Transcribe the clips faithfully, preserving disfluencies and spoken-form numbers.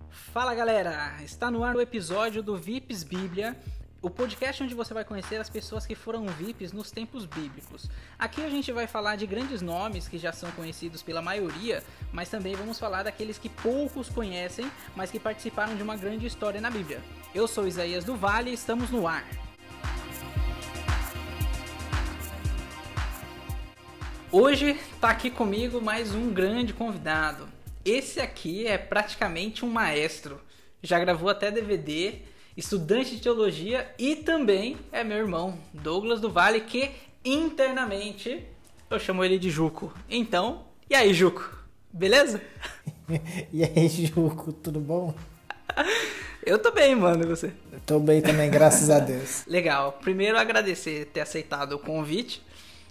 Fala galera, está no ar o episódio do V I Ps Bíblia, o podcast onde você vai conhecer as pessoas que foram V I Ps nos tempos bíblicos. Aqui a gente vai falar de grandes nomes que já são conhecidos pela maioria, mas também vamos falar daqueles que poucos conhecem, mas que participaram de uma grande história na Bíblia. Eu sou Isaías do Vale e estamos no ar. Hoje está aqui comigo mais um grande convidado. Esse aqui é praticamente um maestro, já gravou até D V D, estudante de teologia e também é meu irmão, Douglas do Vale, que internamente eu chamo ele de Juco. Então, e aí Juco, beleza? E aí Juco, tudo bom? Eu tô bem, mano, e você? Eu tô bem também, graças a Deus. Legal, primeiro agradecer ter aceitado o convite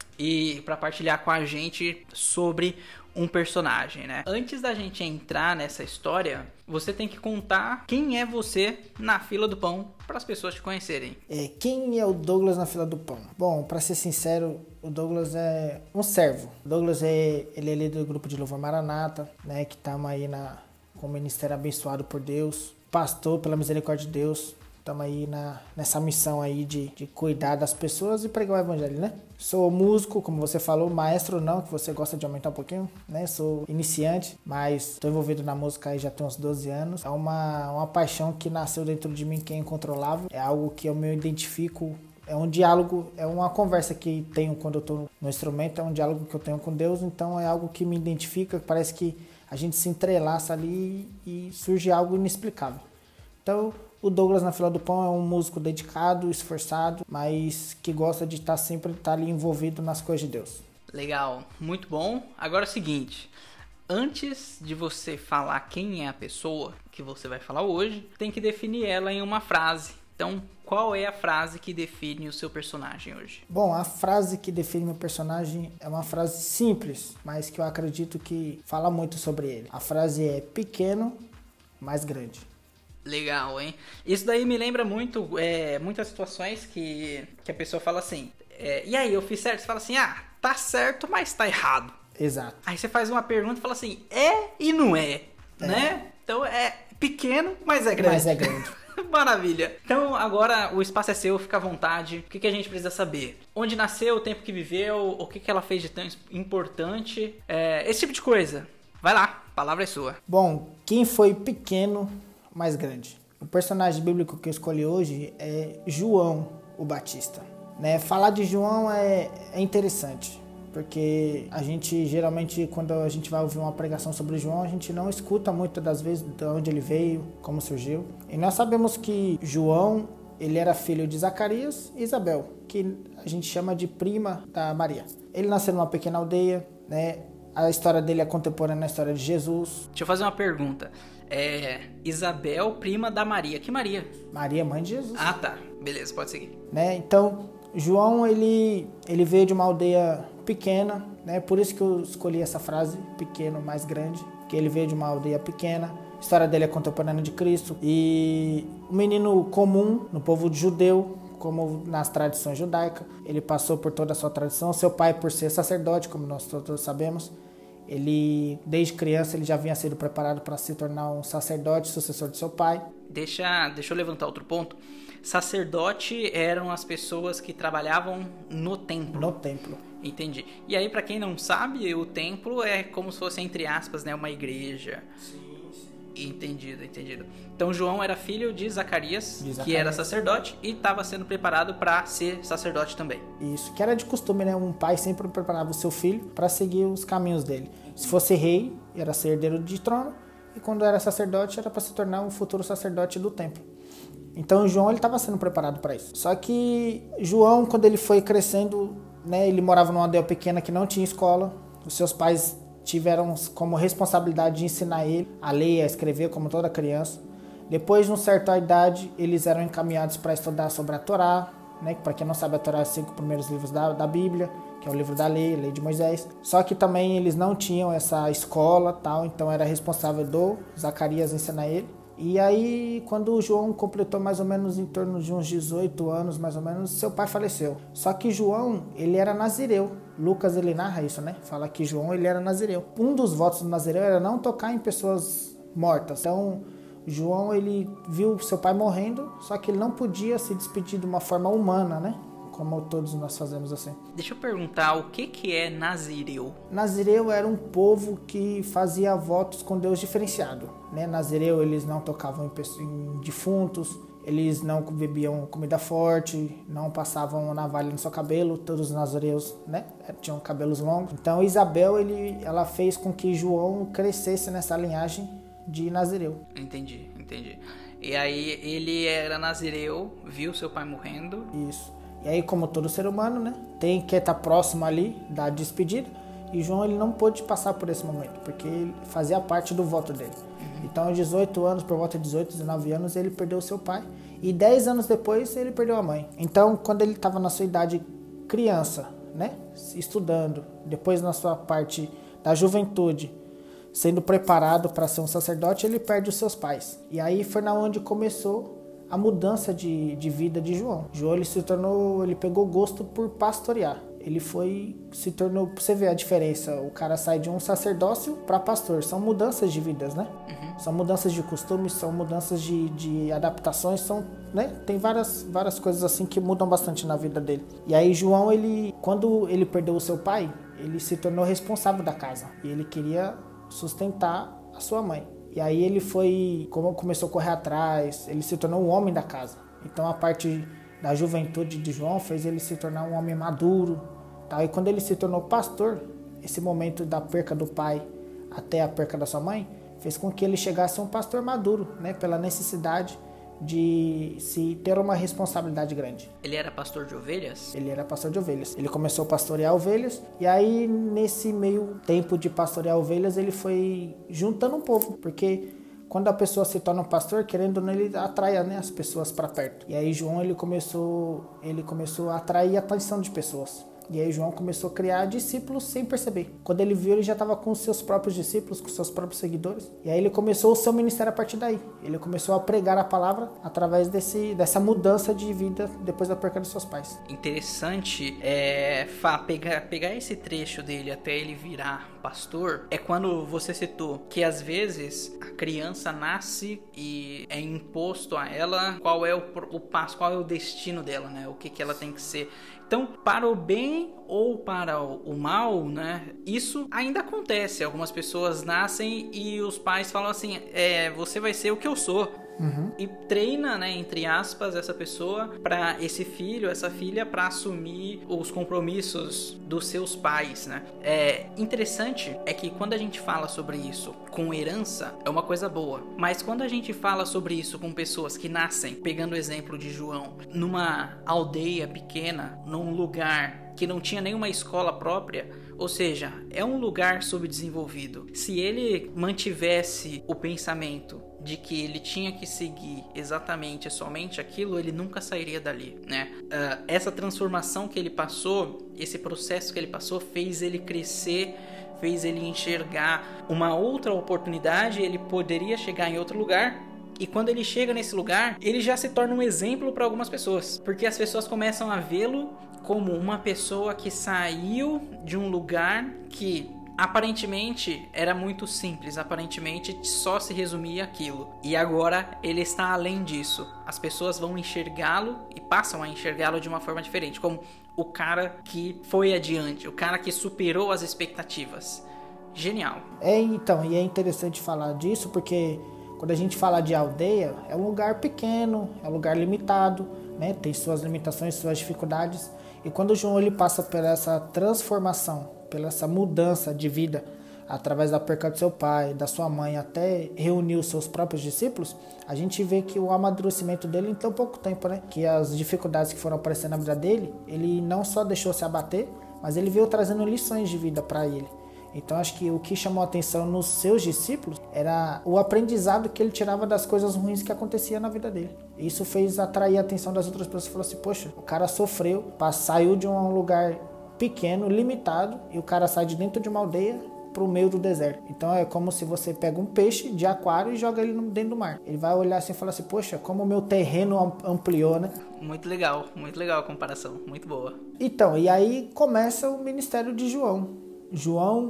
e para partilhar com a gente sobre um personagem, né? Antes da gente entrar nessa história, você tem que contar quem é você na fila do pão para as pessoas te conhecerem. É, quem é o Douglas na fila do pão? Bom, para ser sincero, o Douglas é um servo. O Douglas é, ele é líder do grupo de louvor Maranata, né? Que estamos aí na, com o ministério abençoado por Deus. Pastor, pela misericórdia de Deus. Estamos aí na, nessa missão aí de, de cuidar das pessoas e pregar o evangelho, né? Sou músico, como você falou, maestro não, que você gosta de aumentar um pouquinho, né? Sou iniciante, mas estou envolvido na música aí já tem uns doze anos. É uma, uma paixão que nasceu dentro de mim que é incontrolável. É algo que eu me identifico, é um diálogo, é uma conversa que tenho quando eu estou no instrumento, é um diálogo que eu tenho com Deus, então é algo que me identifica, parece que a gente se entrelaça ali e surge algo inexplicável. Então, o Douglas na fila do pão é um músico dedicado, esforçado, mas que gosta de estar sempre estar ali envolvido nas coisas de Deus. Legal, muito bom. Agora é o seguinte, antes de você falar quem é a pessoa que você vai falar hoje, tem que definir ela em uma frase. Então, qual é a frase que define o seu personagem hoje? Bom, a frase que define meu personagem é uma frase simples, mas que eu acredito que fala muito sobre ele. A frase é pequeno, mas grande. Legal, hein? Isso daí me lembra muito, é, muitas situações que, que a pessoa fala assim, é, e aí, eu fiz certo? Você fala assim, ah, tá certo, mas tá errado. Exato. Aí você faz uma pergunta e fala assim, é e não é, é. né? Então é pequeno, mas é grande. Mas é grande. Maravilha. Então agora o espaço é seu, fica à vontade. O que, que a gente precisa saber? Onde nasceu, o tempo que viveu, o que, que ela fez de tão importante, é, esse tipo de coisa. Vai lá, a palavra é sua. Bom, quem foi pequeno, mais grande? O personagem bíblico que eu escolhi hoje é João o Batista. Né? Falar de João é, é interessante, porque a gente geralmente, quando a gente vai ouvir uma pregação sobre João, a gente não escuta muitas das vezes de onde ele veio, como surgiu. E nós sabemos que João, ele era filho de Zacarias e Isabel, que a gente chama de prima da Maria. Ele nasceu numa pequena aldeia, né? A história dele é contemporânea à história de Jesus. Deixa eu fazer uma pergunta. É Isabel, prima da Maria. Que Maria? Maria, mãe de Jesus. Ah, tá. Beleza, pode seguir. Né? Então, João, ele, ele veio de uma aldeia pequena, né? Por isso que eu escolhi essa frase, pequeno, mais grande, que ele veio de uma aldeia pequena. A história dele é contemporânea de Cristo. E um menino comum no povo judeu, como nas tradições judaicas. Ele passou por toda a sua tradição. Seu pai, por ser sacerdote, como nós todos sabemos, ele, desde criança, ele já vinha sendo preparado para se tornar um sacerdote, sucessor de seu pai. Deixa, deixa eu levantar outro ponto. Sacerdote eram as pessoas que trabalhavam no templo. No templo. Entendi. E aí, para quem não sabe, o templo é como se fosse, entre aspas, né, uma igreja. Sim. Entendido, entendido. Então João era filho de Zacarias, de Zacarias. que era sacerdote e estava sendo preparado para ser sacerdote também. Isso, que era de costume, né? Um pai sempre preparava o seu filho para seguir os caminhos dele. Se fosse rei, era ser herdeiro de trono, e quando era sacerdote, era para se tornar um futuro sacerdote do templo. Então João, ele estava sendo preparado para isso. Só que João, quando ele foi crescendo, né? Ele morava numa aldeia pequena que não tinha escola. Os seus pais tiveram como responsabilidade de ensinar ele a ler e a escrever como toda criança. Depois de uma certa idade, eles eram encaminhados para estudar sobre a Torá, né? Para quem não sabe, a Torá é os cinco primeiros livros da, da Bíblia, que é o livro da lei, a lei de Moisés. Só que também eles não tinham essa escola, tal, então era responsável do Zacarias ensinar ele. E aí, quando o João completou mais ou menos em torno de uns dezoito anos, mais ou menos, seu pai faleceu. Só que João, ele era nazireu. Lucas, ele narra isso, né? Fala que João, ele era nazireu. Um dos votos do nazireu era não tocar em pessoas mortas. Então, João, ele viu seu pai morrendo, só que ele não podia se despedir de uma forma humana, né? Como todos nós fazemos assim. Deixa eu perguntar, o que que é Nazireu? Nazireu era um povo que fazia votos com Deus diferenciado, né? Nazireu, eles não tocavam em, pessoas, em defuntos, eles não bebiam comida forte, não passavam navalha no seu cabelo, todos os nazireus, né, tinham cabelos longos. Então Isabel, ele, ela fez com que João crescesse nessa linhagem de Nazireu. Entendi, entendi. E aí ele era Nazireu, viu seu pai morrendo. Isso. E aí, como todo ser humano, né, tem que estar próximo ali da despedida. E João, ele não pôde passar por esse momento, porque ele fazia parte do voto dele. Uhum. Então, aos dezoito anos, por volta de dezoito, dezenove anos, ele perdeu seu pai. E dez anos depois, ele perdeu a mãe. Então, quando ele estava na sua idade criança, né, estudando, depois na sua parte da juventude, sendo preparado para ser um sacerdote, ele perde os seus pais. E aí foi na onde começou a mudança de, de vida de João. João, ele se tornou, ele pegou gosto por pastorear. Ele foi, se tornou, pra você ver a diferença, o cara sai de um sacerdócio para pastor. São mudanças de vidas, né? Uhum. São mudanças de costumes, são mudanças de, de adaptações, são, né? Tem várias, várias coisas assim que mudam bastante na vida dele. E aí João, ele, quando ele perdeu o seu pai, ele se tornou responsável da casa. E ele queria sustentar a sua mãe. E aí ele foi, como começou a correr atrás, ele se tornou um homem da casa. Então a parte da juventude de João fez ele se tornar um homem maduro. Tá? E quando ele se tornou pastor, esse momento da perca do pai até a perca da sua mãe, fez com que ele chegasse a um pastor maduro, né? Pela necessidade de se ter uma responsabilidade grande. Ele era pastor de ovelhas? Ele era pastor de ovelhas. Ele começou a pastorear ovelhas e aí nesse meio tempo de pastorear ovelhas ele foi juntando um povo, porque quando a pessoa se torna um pastor, querendo ou não, ele atrai, né, as pessoas para perto. E aí João ele começou, ele começou a atrair a atenção de pessoas. E aí João começou a criar discípulos sem perceber. Quando ele viu, ele já estava com os seus próprios discípulos, com os seus próprios seguidores. E aí ele começou o seu ministério a partir daí. Ele começou a pregar a palavra através desse, dessa mudança de vida depois da perca dos seus pais. Interessante é pegar, pegar esse trecho dele até ele virar pastor. É quando você citou que às vezes a criança nasce e é imposto a ela qual é o, o passo, qual é o destino dela, né? O que, que ela tem que ser. Então, para o bem ou para o mal, né? Isso ainda acontece. Algumas pessoas nascem e os pais falam assim: é, você vai ser o que eu sou. Uhum. E treina, né, entre aspas, essa pessoa para esse filho, essa filha, para assumir os compromissos dos seus pais, né? É interessante é que quando a gente fala sobre isso com herança, é uma coisa boa. Mas quando a gente fala sobre isso com pessoas que nascem, pegando o exemplo de João, numa aldeia pequena, num lugar que não tinha nenhuma escola própria, ou seja, é um lugar subdesenvolvido. Se ele mantivesse o pensamento de que ele tinha que seguir exatamente somente aquilo, ele nunca sairia dali, né? Uh, essa transformação que ele passou, esse processo que ele passou, fez ele crescer, fez ele enxergar uma outra oportunidade, ele poderia chegar em outro lugar. E quando ele chega nesse lugar, ele já se torna um exemplo para algumas pessoas, porque as pessoas começam a vê-lo como uma pessoa que saiu de um lugar que aparentemente era muito simples, aparentemente só se resumia aquilo. E agora ele está além disso. As pessoas vão enxergá-lo e passam a enxergá-lo de uma forma diferente, como o cara que foi adiante, o cara que superou as expectativas. Genial. É, então, e é interessante falar disso porque quando a gente fala de aldeia, é um lugar pequeno, é um lugar limitado, né? Tem suas limitações, suas dificuldades. E quando o João ele passa por essa transformação, pela essa mudança de vida, através da perca do seu pai, da sua mãe, até reunir os seus próprios discípulos, a gente vê que o amadurecimento dele em tão pouco tempo, né? Que as dificuldades que foram aparecendo na vida dele, ele não só deixou se abater, mas ele veio trazendo lições de vida para ele. Então acho que o que chamou a atenção nos seus discípulos era o aprendizado que ele tirava das coisas ruins que aconteciam na vida dele. Isso fez atrair a atenção das outras pessoas. Falou assim, poxa, o cara sofreu, saiu de um lugar pequeno, limitado, e o cara sai de dentro de uma aldeia para o meio do deserto. Então é como se você pega um peixe de aquário e joga ele dentro do mar. Ele vai olhar assim e falar assim, poxa, como o meu terreno ampliou, né? Muito legal, muito legal a comparação, muito boa. Então, e aí começa o ministério de João. João,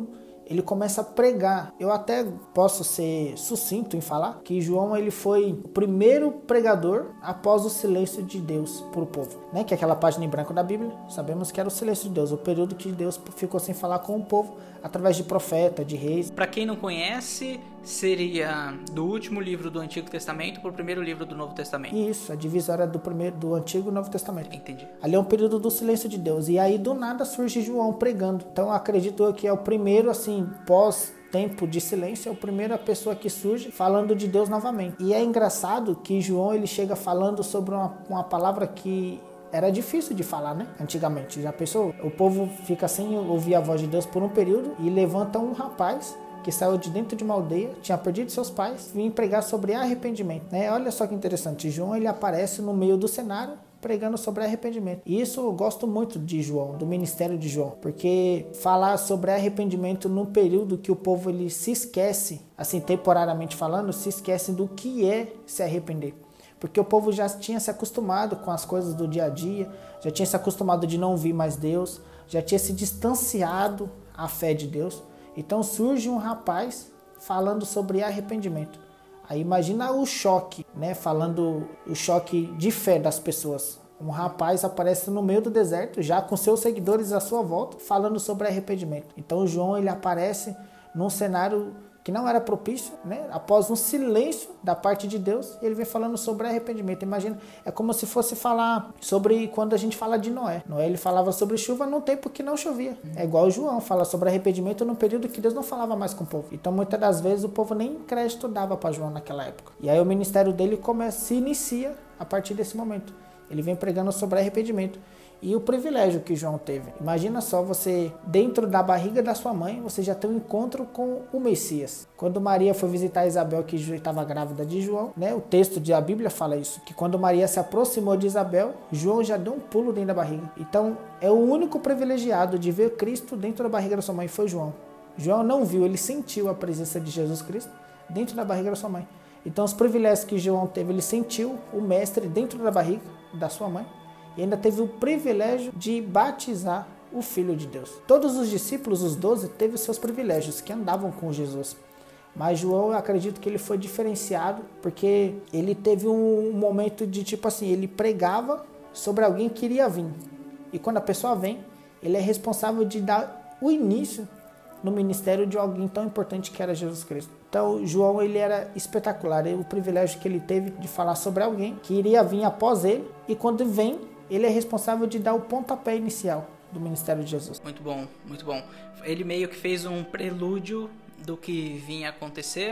ele começa a pregar. Eu até posso ser sucinto em falar que João ele foi o primeiro pregador após o silêncio de Deus para o povo, né? Que é aquela página em branco da Bíblia, sabemos que era o silêncio de Deus, o período que Deus ficou sem falar com o povo através de profeta, de reis. Para quem não conhece, seria do último livro do Antigo Testamento para o primeiro livro do Novo Testamento. Isso, a divisória do primeiro do Antigo e Novo Testamento. Entendi. Ali é um período do silêncio de Deus. E aí do nada surge João pregando. Então acredito eu que é o primeiro assim pós tempo de silêncio, é a primeira pessoa que surge falando de Deus novamente. E é engraçado que João ele chega falando sobre uma, uma palavra que era difícil de falar, né? Antigamente. Já pensou? O povo fica sem ouvir a voz de Deus por um período e levanta um rapaz que saiu de dentro de uma aldeia, tinha perdido seus pais, vinha pregar sobre arrependimento, né? Olha só que interessante, João ele aparece no meio do cenário pregando sobre arrependimento. E isso eu gosto muito de João, do ministério de João, porque falar sobre arrependimento num período que o povo ele se esquece, assim temporariamente falando, se esquece do que é se arrepender. Porque o povo já tinha se acostumado com as coisas do dia a dia, já tinha se acostumado de não ouvir mais Deus, já tinha se distanciado à fé de Deus. Então surge um rapaz falando sobre arrependimento. Aí imagina o choque, né? Falando o choque de fé das pessoas. Um rapaz aparece no meio do deserto, já com seus seguidores à sua volta, falando sobre arrependimento. Então João ele aparece num cenário que não era propício, né? Após um silêncio da parte de Deus, ele vem falando sobre arrependimento. Imagina, é como se fosse falar sobre quando a gente fala de Noé. Noé ele falava sobre chuva num tempo que não chovia. É igual o João, fala sobre arrependimento num período que Deus não falava mais com o povo. Então muitas das vezes o povo nem crédito dava para João naquela época. E aí o ministério dele começa, se inicia a partir desse momento. Ele vem pregando sobre arrependimento. E o privilégio que João teve. Imagina só você, dentro da barriga da sua mãe, você já tem um encontro com o Messias. Quando Maria foi visitar Isabel, que estava grávida de João, né? O texto da Bíblia fala isso, que quando Maria se aproximou de Isabel, João já deu um pulo dentro da barriga. Então, é o único privilegiado de ver Cristo dentro da barriga da sua mãe, foi João. João não viu, ele sentiu a presença de Jesus Cristo dentro da barriga da sua mãe. Então, os privilégios que João teve, ele sentiu o mestre dentro da barriga da sua mãe. E ainda teve o privilégio de batizar o Filho de Deus. Todos os discípulos, os doze, teve os seus privilégios, que andavam com Jesus. Mas João, eu acredito que ele foi diferenciado, porque ele teve um momento de tipo assim, ele pregava sobre alguém que iria vir. E quando a pessoa vem, ele é responsável de dar o início no ministério de alguém tão importante que era Jesus Cristo. Então, João, ele era espetacular. E o privilégio que ele teve de falar sobre alguém que iria vir após ele. E quando vem, ele é responsável de dar o pontapé inicial do ministério de Jesus. Muito bom, muito bom. Ele meio que fez um prelúdio do que vinha acontecer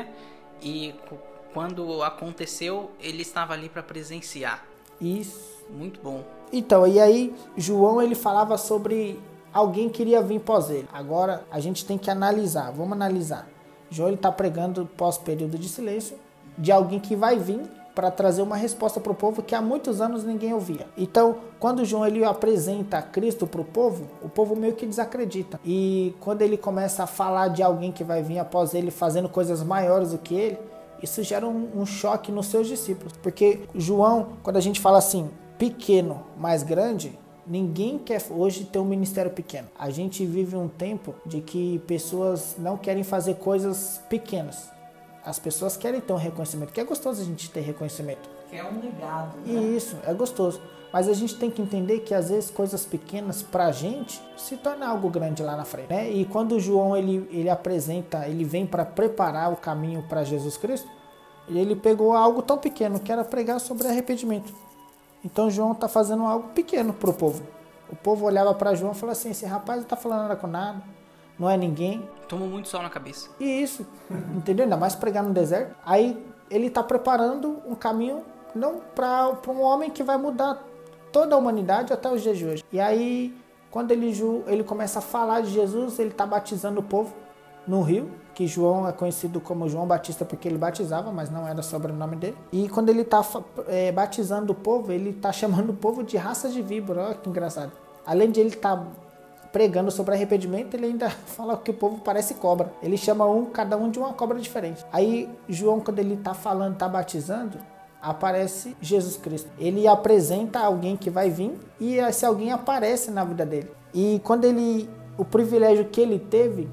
e quando aconteceu, ele estava ali para presenciar. Isso. Muito bom. Então, e aí, João, ele falava sobre alguém que iria vir pós ele. Agora, a gente tem que analisar, vamos analisar. João está pregando pós-período de silêncio de alguém que vai vir para trazer uma resposta para o povo que há muitos anos ninguém ouvia. Então, quando João ele apresenta Cristo para o povo, o povo meio que desacredita. E quando ele começa a falar de alguém que vai vir após ele fazendo coisas maiores do que ele, isso gera um, um choque nos seus discípulos. Porque João, quando a gente fala assim, pequeno, mais grande, ninguém quer hoje ter um ministério pequeno. A gente vive um tempo de que pessoas não querem fazer coisas pequenas. As pessoas querem ter um reconhecimento, que é gostoso a gente ter reconhecimento. Que é um legado. Né? Isso, é gostoso. Mas a gente tem que entender que às vezes coisas pequenas pra gente se tornam algo grande lá na frente. Né? E quando o João ele, ele apresenta, ele vem para preparar o caminho para Jesus Cristo, ele pegou algo tão pequeno que era pregar sobre arrependimento. Então João está fazendo algo pequeno para o povo. O povo olhava para João e falava assim, esse rapaz não está falando nada com nada, não é ninguém. Tomou muito sol na cabeça. E isso, entendeu? Ainda mais pregar no deserto. Aí ele está preparando um caminho não para um homem que vai mudar toda a humanidade até os dias de hoje. E aí, quando ele, ele começa a falar de Jesus, ele está batizando o povo no rio, que João é conhecido como João Batista porque ele batizava, mas não era sobre o sobrenome dele. E quando ele está é, batizando o povo, ele está chamando o povo de raça de víbora. Olha que engraçado. Além de ele estar tá pregando sobre arrependimento, ele ainda fala que o povo parece cobra. Ele chama um, cada um de uma cobra diferente. Aí João, quando ele está falando, está batizando, aparece Jesus Cristo. Ele apresenta alguém que vai vir e esse alguém aparece na vida dele. E quando ele, o privilégio que ele teve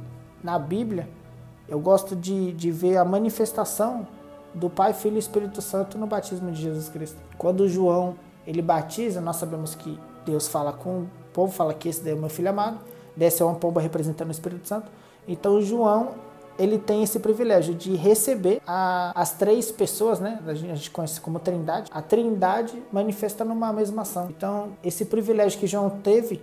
na Bíblia, eu gosto de, de ver a manifestação do Pai, Filho e Espírito Santo no batismo de Jesus Cristo. Quando João ele batiza, nós sabemos que Deus fala com o povo, fala que esse daí é o meu filho amado, desce uma pomba representando o Espírito Santo. Então João ele tem esse privilégio de receber a, as três pessoas, né? A gente, a gente conhece como Trindade, a Trindade manifesta numa mesma ação. Então esse privilégio que João teve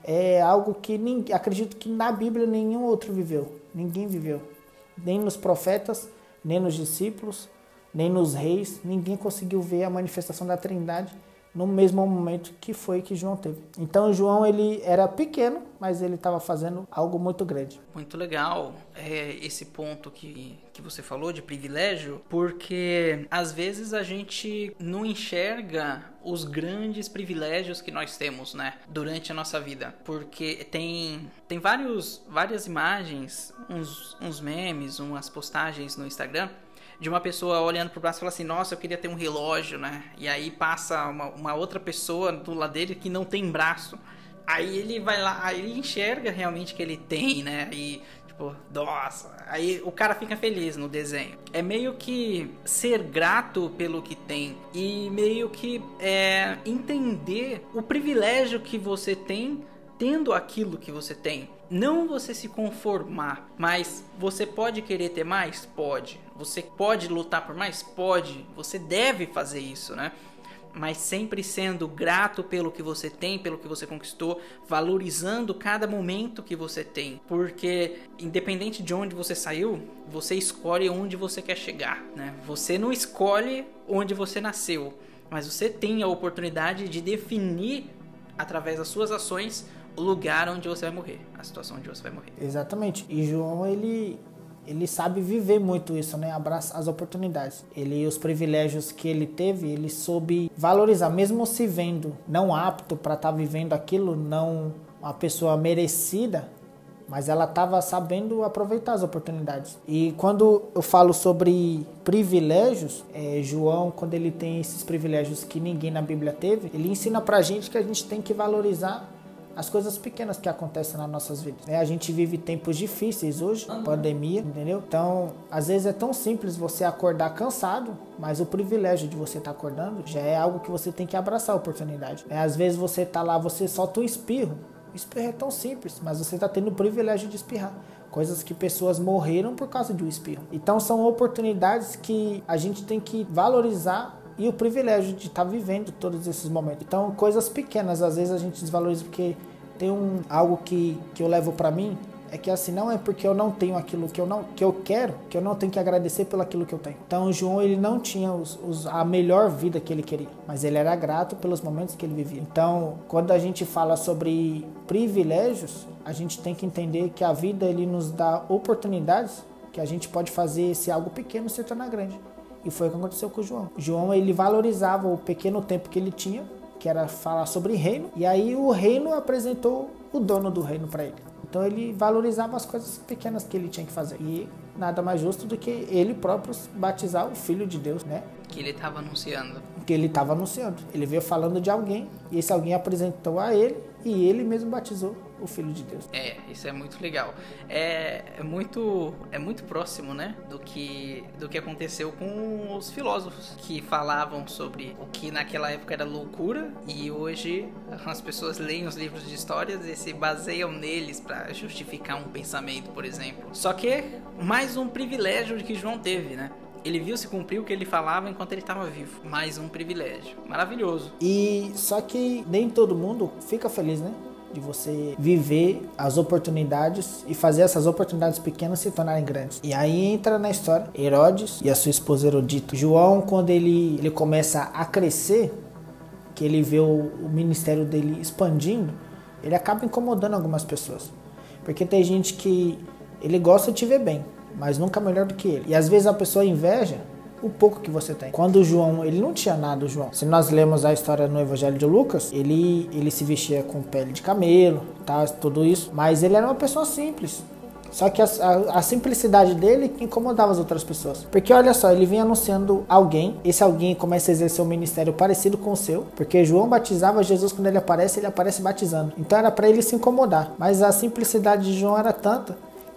é algo que ninguém, acredito que na Bíblia nenhum outro viveu, ninguém viveu, nem nos profetas, nem nos discípulos, nem nos reis, ninguém conseguiu ver a manifestação da Trindade no mesmo momento que foi que João teve. Então João ele era pequeno, mas ele estava fazendo algo muito grande. Muito legal é, esse ponto que, que você falou de privilégio, porque às vezes a gente não enxerga os grandes privilégios que nós temos, né, durante a nossa vida, porque tem, tem vários, várias imagens, uns, uns memes, umas postagens no Instagram, de uma pessoa olhando pro braço e fala assim, nossa, eu queria ter um relógio, né? E aí passa uma, uma outra pessoa do lado dele que não tem braço. Aí ele vai lá, aí ele enxerga realmente que ele tem, né? E tipo, nossa, aí o cara fica feliz no desenho. É meio que ser grato pelo que tem e meio que é, entender o privilégio que você tem tendo aquilo que você tem. Não você se conformar, mas você pode querer ter mais? Pode. Você pode lutar por mais? Pode. Você deve fazer isso, né? Mas sempre sendo grato pelo que você tem, pelo que você conquistou, valorizando cada momento que você tem. Porque independente de onde você saiu, você escolhe onde você quer chegar, né? Você não escolhe onde você nasceu, mas você tem a oportunidade de definir através das suas ações o lugar onde você vai morrer, a situação onde você vai morrer. Exatamente. E João, ele, ele sabe viver muito isso, né? Abraça as oportunidades. Ele, os privilégios que ele teve, ele soube valorizar, mesmo se vendo não apto para estar tá vivendo aquilo, não uma pessoa merecida, mas ela estava sabendo aproveitar as oportunidades. E quando eu falo sobre privilégios, é, João, quando ele tem esses privilégios que ninguém na Bíblia teve, ele ensina pra gente que a gente tem que valorizar as coisas pequenas que acontecem nas nossas vidas. É, a gente vive tempos difíceis hoje, pandemia, entendeu? Então, às vezes é tão simples você acordar cansado, mas o privilégio de você estar tá acordando já é algo que você tem que abraçar a oportunidade. É, às vezes você tá lá, você solta um espirro. O espirro é tão simples, mas você está tendo o privilégio de espirrar. Coisas que pessoas morreram por causa de um espirro. Então, são oportunidades que a gente tem que valorizar e o privilégio de estar tá vivendo todos esses momentos. Então, coisas pequenas, às vezes a gente desvaloriza, porque tem um, algo que, que eu levo para mim, é que assim, não é porque eu não tenho aquilo que eu, não, que eu quero, que eu não tenho que agradecer pelo aquilo que eu tenho. Então, João, ele não tinha os, os, a melhor vida que ele queria, mas ele era grato pelos momentos que ele vivia. Então, quando a gente fala sobre privilégios, a gente tem que entender que a vida, ele nos dá oportunidades que a gente pode fazer esse algo pequeno se tornar grande. E foi o que aconteceu com o João. João, ele valorizava o pequeno tempo que ele tinha, que era falar sobre reino, e aí o reino apresentou o dono do reino para ele. Então ele valorizava as coisas pequenas que ele tinha que fazer. E nada mais justo do que ele próprio batizar o Filho de Deus, né? Que ele estava anunciando. Que ele estava anunciando. Ele veio falando de alguém, e esse alguém apresentou a ele, e ele mesmo batizou o Filho de Deus. É, isso é muito legal. É, é, muito, é muito próximo, né, do que, do que aconteceu com os filósofos, que falavam sobre o que naquela época era loucura, e hoje as pessoas leem os livros de histórias e se baseiam neles para justificar um pensamento, por exemplo. Só que mais um privilégio que João teve, né? Ele viu se cumprir o que ele falava enquanto ele estava vivo. Mais um privilégio. Maravilhoso. E só que nem todo mundo fica feliz, né? De você viver as oportunidades e fazer essas oportunidades pequenas se tornarem grandes. E aí entra na história Herodes e a sua esposa Herodita. João, quando ele, ele começa a crescer, que ele vê o, o ministério dele expandindo, ele acaba incomodando algumas pessoas. Porque tem gente que ele gosta de te ver bem, mas nunca melhor do que ele. E às vezes a pessoa inveja o pouco que você tem. Quando o João, ele não tinha nada, o João. Se nós lemos a história no Evangelho de Lucas, ele, ele se vestia com pele de camelo, tá, tudo isso. Mas ele era uma pessoa simples. Só que a, a, a simplicidade dele incomodava as outras pessoas. Porque olha só, ele vinha anunciando alguém, esse alguém começa a exercer um ministério parecido com o seu, porque João batizava Jesus, quando ele aparece, ele aparece batizando. Então era para ele se incomodar. Mas a simplicidade de João era tanta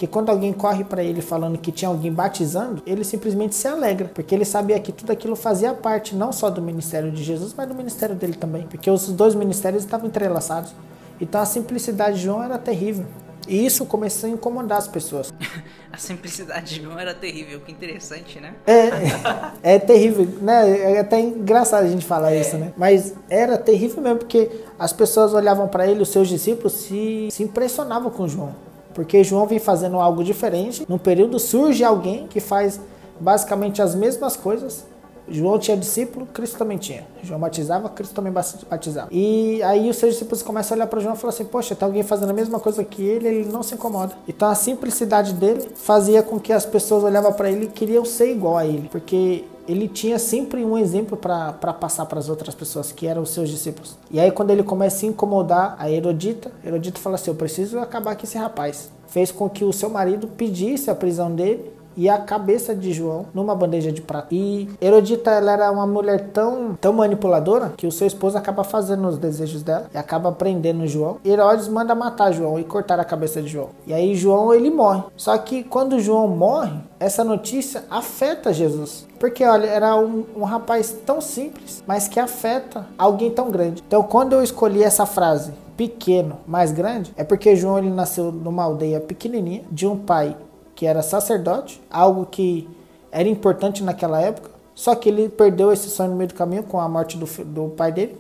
que quando alguém corre para ele falando que tinha alguém batizando, ele simplesmente se alegra, porque ele sabia que tudo aquilo fazia parte não só do ministério de Jesus, mas do ministério dele também, porque os dois ministérios estavam entrelaçados. Então a simplicidade de João era terrível. E isso começou a incomodar as pessoas. A simplicidade de João era terrível, que interessante, né? É, é terrível, né? É até engraçado a gente falar é. isso, né? Mas era terrível mesmo, porque as pessoas olhavam para ele, os seus discípulos se, se impressionavam com João. Porque João vem fazendo algo diferente. Num período surge alguém que faz basicamente as mesmas coisas. João tinha discípulo, Cristo também tinha. João batizava, Cristo também batizava. E aí os seus discípulos começam a olhar para João e falam assim, poxa, tá alguém fazendo a mesma coisa que ele, ele não se incomoda. Então a simplicidade dele fazia com que as pessoas olhavam para ele e queriam ser igual a ele. Porque ele tinha sempre um exemplo para passar para as outras pessoas, que eram os seus discípulos. E aí quando ele começa a se incomodar, a Herodita, Herodita fala assim, eu preciso acabar com esse rapaz. Fez com que o seu marido pedisse a prisão dele e a cabeça de João numa bandeja de prata. E Herodita, ela era uma mulher tão, tão manipuladora que o seu esposo acaba fazendo os desejos dela e acaba prendendo João. Herodes manda matar João e cortar a cabeça de João. E aí João, ele morre. Só que quando João morre, essa notícia afeta Jesus. Porque, olha, era um, um rapaz tão simples, mas que afeta alguém tão grande. Então, quando eu escolhi essa frase, pequeno, mais grande, é porque João, ele nasceu numa aldeia pequenininha, de um pai que era sacerdote, algo que era importante naquela época, só que ele perdeu esse sonho no meio do caminho com a morte do, do pai dele,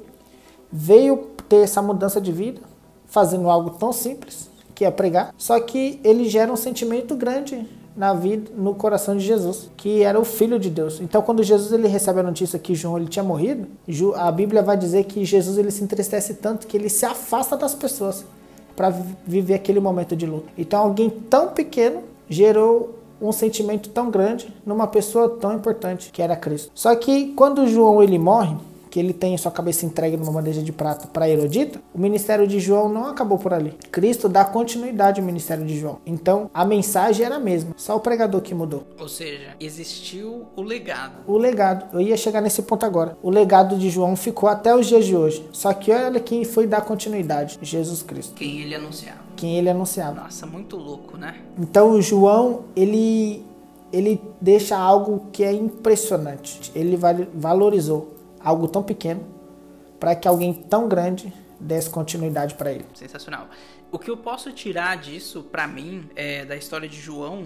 veio ter essa mudança de vida, fazendo algo tão simples, que é pregar, só que ele gera um sentimento grande na vida, no coração de Jesus, que era o Filho de Deus. Então, quando Jesus ele recebe a notícia que João ele tinha morrido, a Bíblia vai dizer que Jesus ele se entristece tanto que ele se afasta das pessoas para viver aquele momento de luto. Então, alguém tão pequeno gerou um sentimento tão grande numa pessoa tão importante que era Cristo. Só que quando João ele morre, que ele tem sua cabeça entregue numa bandeja de prata para Herodita, o ministério de João não acabou por ali. Cristo dá continuidade ao ministério de João. Então a mensagem era a mesma, só o pregador que mudou. Ou seja, existiu o legado. O legado, eu ia chegar nesse ponto agora. O legado de João ficou até os dias de hoje. Só que olha quem foi dar continuidade, Jesus Cristo. Quem ele anunciava. Quem ele anunciava. Nossa, muito louco, né? Então o João, ele, ele deixa algo que é impressionante. Ele valorizou algo tão pequeno para que alguém tão grande desse continuidade para ele. Sensacional. O que eu posso tirar disso, para mim, é, da história de João,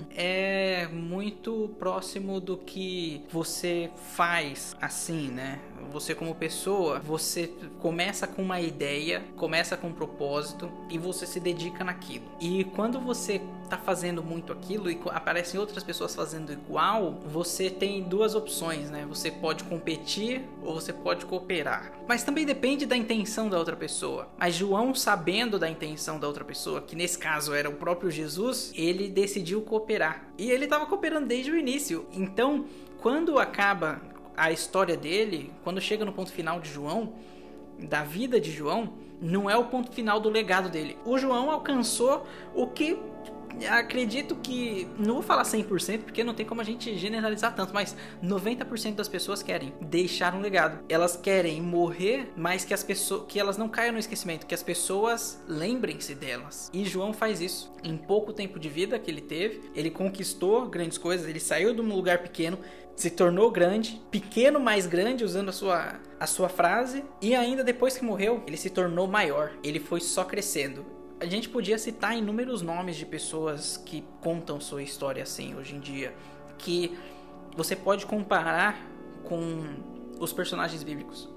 é muito próximo do que você faz assim, né? Você como pessoa, você começa com uma ideia, começa com um propósito e você se dedica naquilo. E quando você tá fazendo muito aquilo e aparecem outras pessoas fazendo igual, você tem duas opções, né? Você pode competir ou você pode cooperar. Mas também depende da intenção da outra pessoa. Mas João, sabendo da intenção da outra pessoa, que nesse caso era o próprio Jesus, ele decidiu cooperar. E ele estava cooperando desde o início. Então, quando acaba a história dele, quando chega no ponto final de João, da vida de João, não é o ponto final do legado dele. O João alcançou o que... acredito que, não vou falar cem por cento porque não tem como a gente generalizar tanto, mas noventa por cento das pessoas querem deixar um legado. Elas querem morrer, mas que as pessoas, que elas não caiam no esquecimento, que as pessoas lembrem-se delas. E João faz isso. Em pouco tempo de vida que ele teve, ele conquistou grandes coisas, ele saiu de um lugar pequeno, se tornou grande, pequeno mais grande, usando a sua, a sua frase, e ainda depois que morreu, ele se tornou maior. Ele foi só crescendo. A gente podia citar inúmeros nomes de pessoas que contam sua história assim hoje em dia, que você pode comparar com os personagens bíblicos.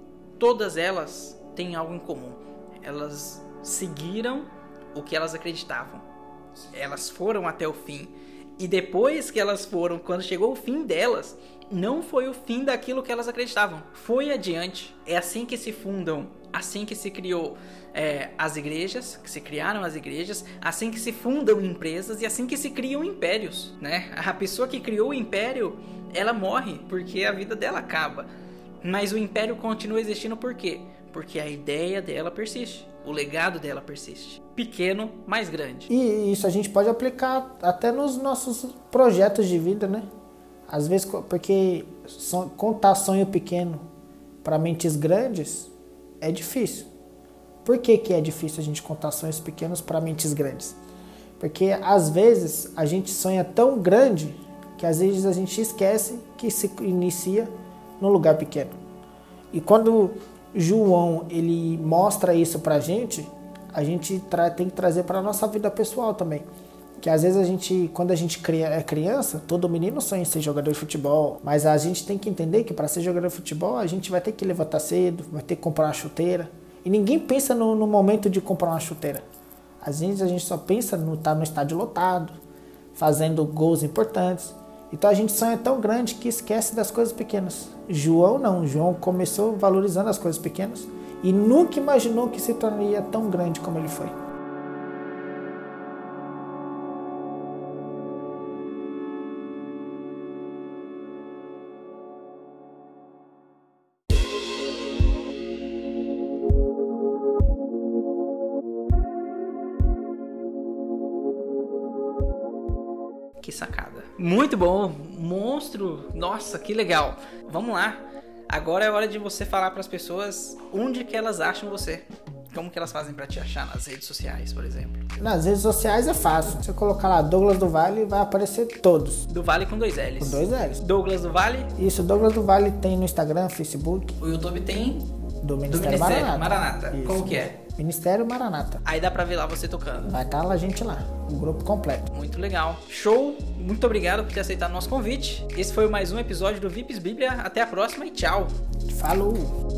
Todas elas têm algo em comum. Elas seguiram o que elas acreditavam. Elas foram até o fim. E depois que elas foram, quando chegou o fim delas, não foi o fim daquilo que elas acreditavam. Foi adiante. É assim que se fundam, assim que se criou É, as igrejas, que se criaram as igrejas, assim que se fundam empresas e assim que se criam impérios, né? A pessoa que criou o império, ela morre porque a vida dela acaba, mas o império continua existindo por quê? Porque a ideia dela persiste, o legado dela persiste, pequeno, mais grande. E isso a gente pode aplicar até nos nossos projetos de vida, né? Às vezes, porque contar sonho pequeno para mentes grandes é difícil. Por que que é difícil a gente contar sonhos pequenos para mentes grandes? Porque às vezes a gente sonha tão grande que às vezes a gente esquece que se inicia num lugar pequeno. E quando João ele mostra isso pra gente, a gente tem que trazer para a nossa vida pessoal também. Que às vezes a gente, quando a gente é criança, todo menino sonha em ser jogador de futebol, mas a gente tem que entender que para ser jogador de futebol a gente vai ter que levantar cedo, vai ter que comprar uma chuteira. E ninguém pensa no, no momento de comprar uma chuteira. Às vezes a gente só pensa no estar no estádio lotado, fazendo gols importantes. Então a gente sonha tão grande que esquece das coisas pequenas. João não, João começou valorizando as coisas pequenas e nunca imaginou que se tornaria tão grande como ele foi. Que sacada. Muito bom. Monstro. Nossa, que legal. Vamos lá. Agora é hora de você falar para as pessoas onde que elas acham você. Como que elas fazem para te achar nas redes sociais, por exemplo? Nas redes sociais é fácil. Você colocar lá Douglas do Vale, vai aparecer todos. Do Vale com dois L's. Com dois L's. Douglas do Vale? Isso, Douglas do Vale tem no Instagram, Facebook. O YouTube tem? Do Ministério, do Ministério Maranata. Maranata. Isso. Como que é? Ministério Maranata. Aí dá pra ver lá você tocando. Vai estar lá a gente lá, o grupo completo. Muito legal. Show! Muito obrigado por ter aceitado o nosso convite. Esse foi mais um episódio do V I Ps Bíblia. Até a próxima e tchau! Falou!